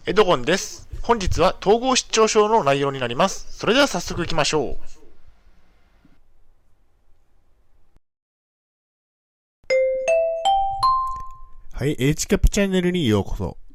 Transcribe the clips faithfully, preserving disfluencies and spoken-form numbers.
エドゴンです。本日は統合失調症の内容になります。それでは早速行きましょう。 はい、H キャップチャンネルにようこそ。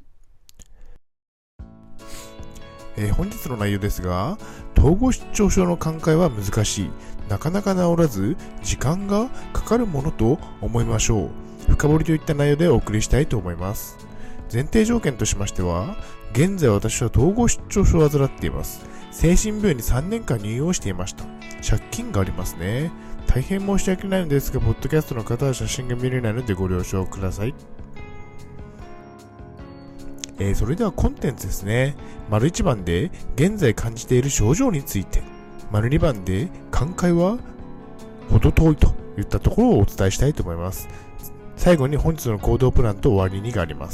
えー、本日の内容ですが、統合失調症の寛解は難しい、なかなか治らず、時間がかかるものと思いましょう。深掘りといった内容でお送りしたいと思います。前提条件としましては、現在私は統合失調症を患っています。精神病院にさんねんかん入院をしていました。借金がありますね。大変申し訳ないのですが、ポッドキャストの方は写真が見れないのでご了承ください。えー、それではコンテンツですね。丸いちばんで現在感じている症状について、丸にばんで寛解は程遠いといったところをお伝えしたいと思います。最後に本日の行動プランと終わりにがあります。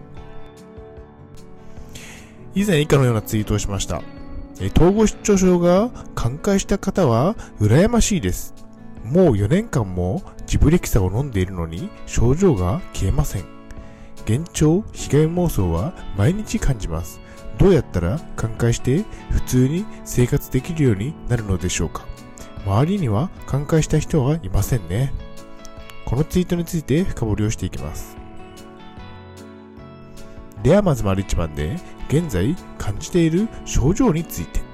以前以下のようなツイートをしました。えー、統合失調症が寛解した方は羨ましいです。もうよねんかんもジブレキサを飲んでいるのに症状が消えません。幻聴、被害妄想は毎日感じます。どうやったら寛解して普通に生活できるようになるのでしょうか。周りには寛解した人はいませんね。このツイートについて深掘りをしていきます。ではまず丸いちばんで現在感じている症状について。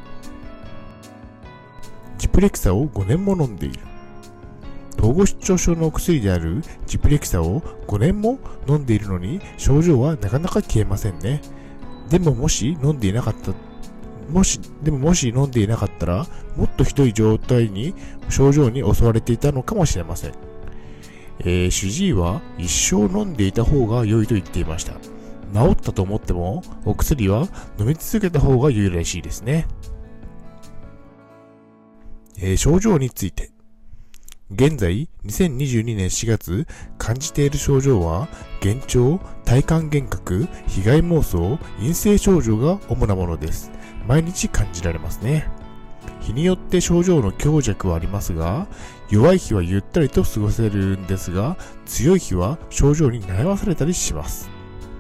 ジプレキサをごねんも飲んでいる。統合失調症のお薬であるジプレキサをごねんも飲んでいるのに症状はなかなか消えませんね。でももし飲んでいなかったもしでももし飲んでいなかったらもっとひどい状態に症状に襲われていたのかもしれません。えー、主治医は一生飲んでいた方が良いと言っていました。治ったと思ってもお薬は飲み続けた方が良いらしいですね。えー、症状について。現在、にせんにじゅうにねんしがつ、感じている症状は、幻聴、体感幻覚、被害妄想、陰性症状が主なものです。毎日感じられますね。日によって症状の強弱はありますが、弱い日はゆったりと過ごせるんですが、強い日は症状に悩まされたりします。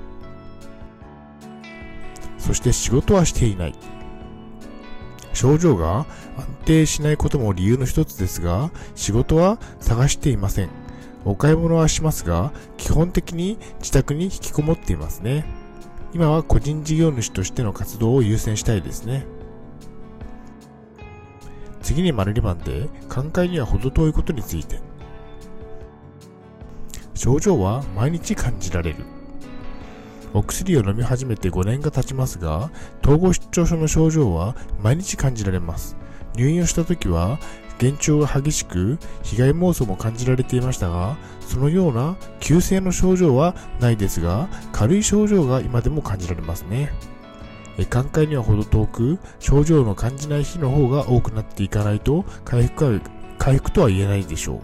そして仕事はしていない。症状が安定しないことも理由の一つですが、仕事は探していません。お買い物はしますが、基本的に自宅に引きこもっていますね。今は個人事業主としての活動を優先したいですね。次に丸にばんで、寛解には程遠いことについて。症状は毎日感じられる。お薬を飲み始めてごねんが経ちますが、統合失調症の症状は毎日感じられます。入院をした時は、幻聴が激しく、被害妄想も感じられていましたが、そのような急性の症状はないですが、軽い症状が今でも感じられますね。寛解には程遠く、症状の感じない日の方が多くなっていかないと、回復は、回復とは言えないでしょう。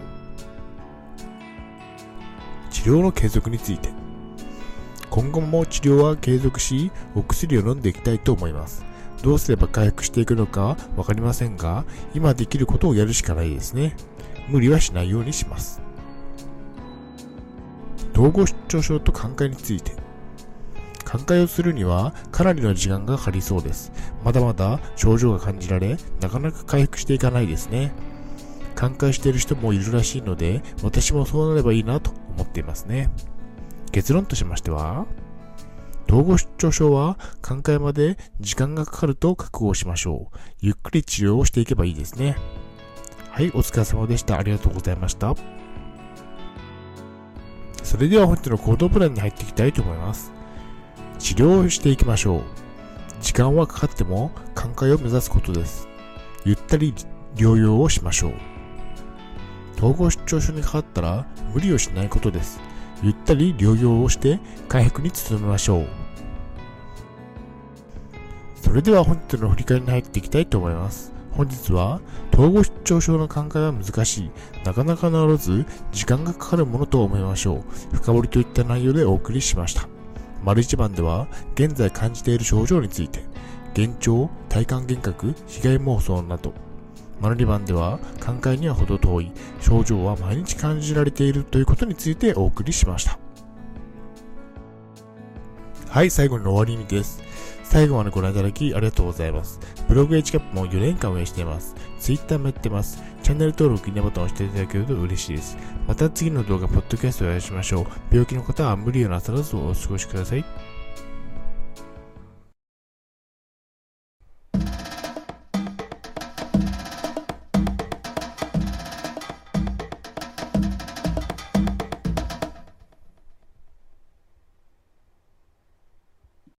治療の継続について。今後も治療は継続し、お薬を飲んでいきたいと思います。どうすれば回復していくのかわかりませんが、今できることをやるしかないですね。無理はしないようにします。統合失調症と寛解について。寛解をするにはかなりの時間がかかりそうです。まだまだ症状が感じられ、なかなか回復していかないですね。寛解している人もいるらしいので、私もそうなればいいなと思っていますね。結論としましては、統合失調症は寛解まで時間がかかると覚悟をしましょう。ゆっくり治療をしていけばいいですね。はい、お疲れ様でした。ありがとうございました。それでは本日の行動プランに入っていきたいと思います。治療をしていきましょう。時間はかかっても寛解を目指すことです。ゆったり療養をしましょう。統合失調症にかかったら無理をしないことです。ゆったり療養をして回復に努めましょう。それでは本日の振り返りに入っていきたいと思います。本日は統合失調症の寛解は難しい、なかなか治らず時間がかかるものと思いましょう。深掘りといった内容でお送りしました。丸いちばんでは現在感じている症状について、幻聴、体感幻覚、被害妄想など。丸にばんでは寛解には程遠い、症状は毎日感じられているということについてお送りしました。 はい、最後に終わりにです。最後までご覧いただきありがとうございます。ブログ H キャップもよねんかん運営しています。Twitter もやってます。チャンネル登録、いいねボタンを押していただけると嬉しいです。また次の動画、ポッドキャストをお会いしましょう。病気の方は無理をなさらずお過ごしください。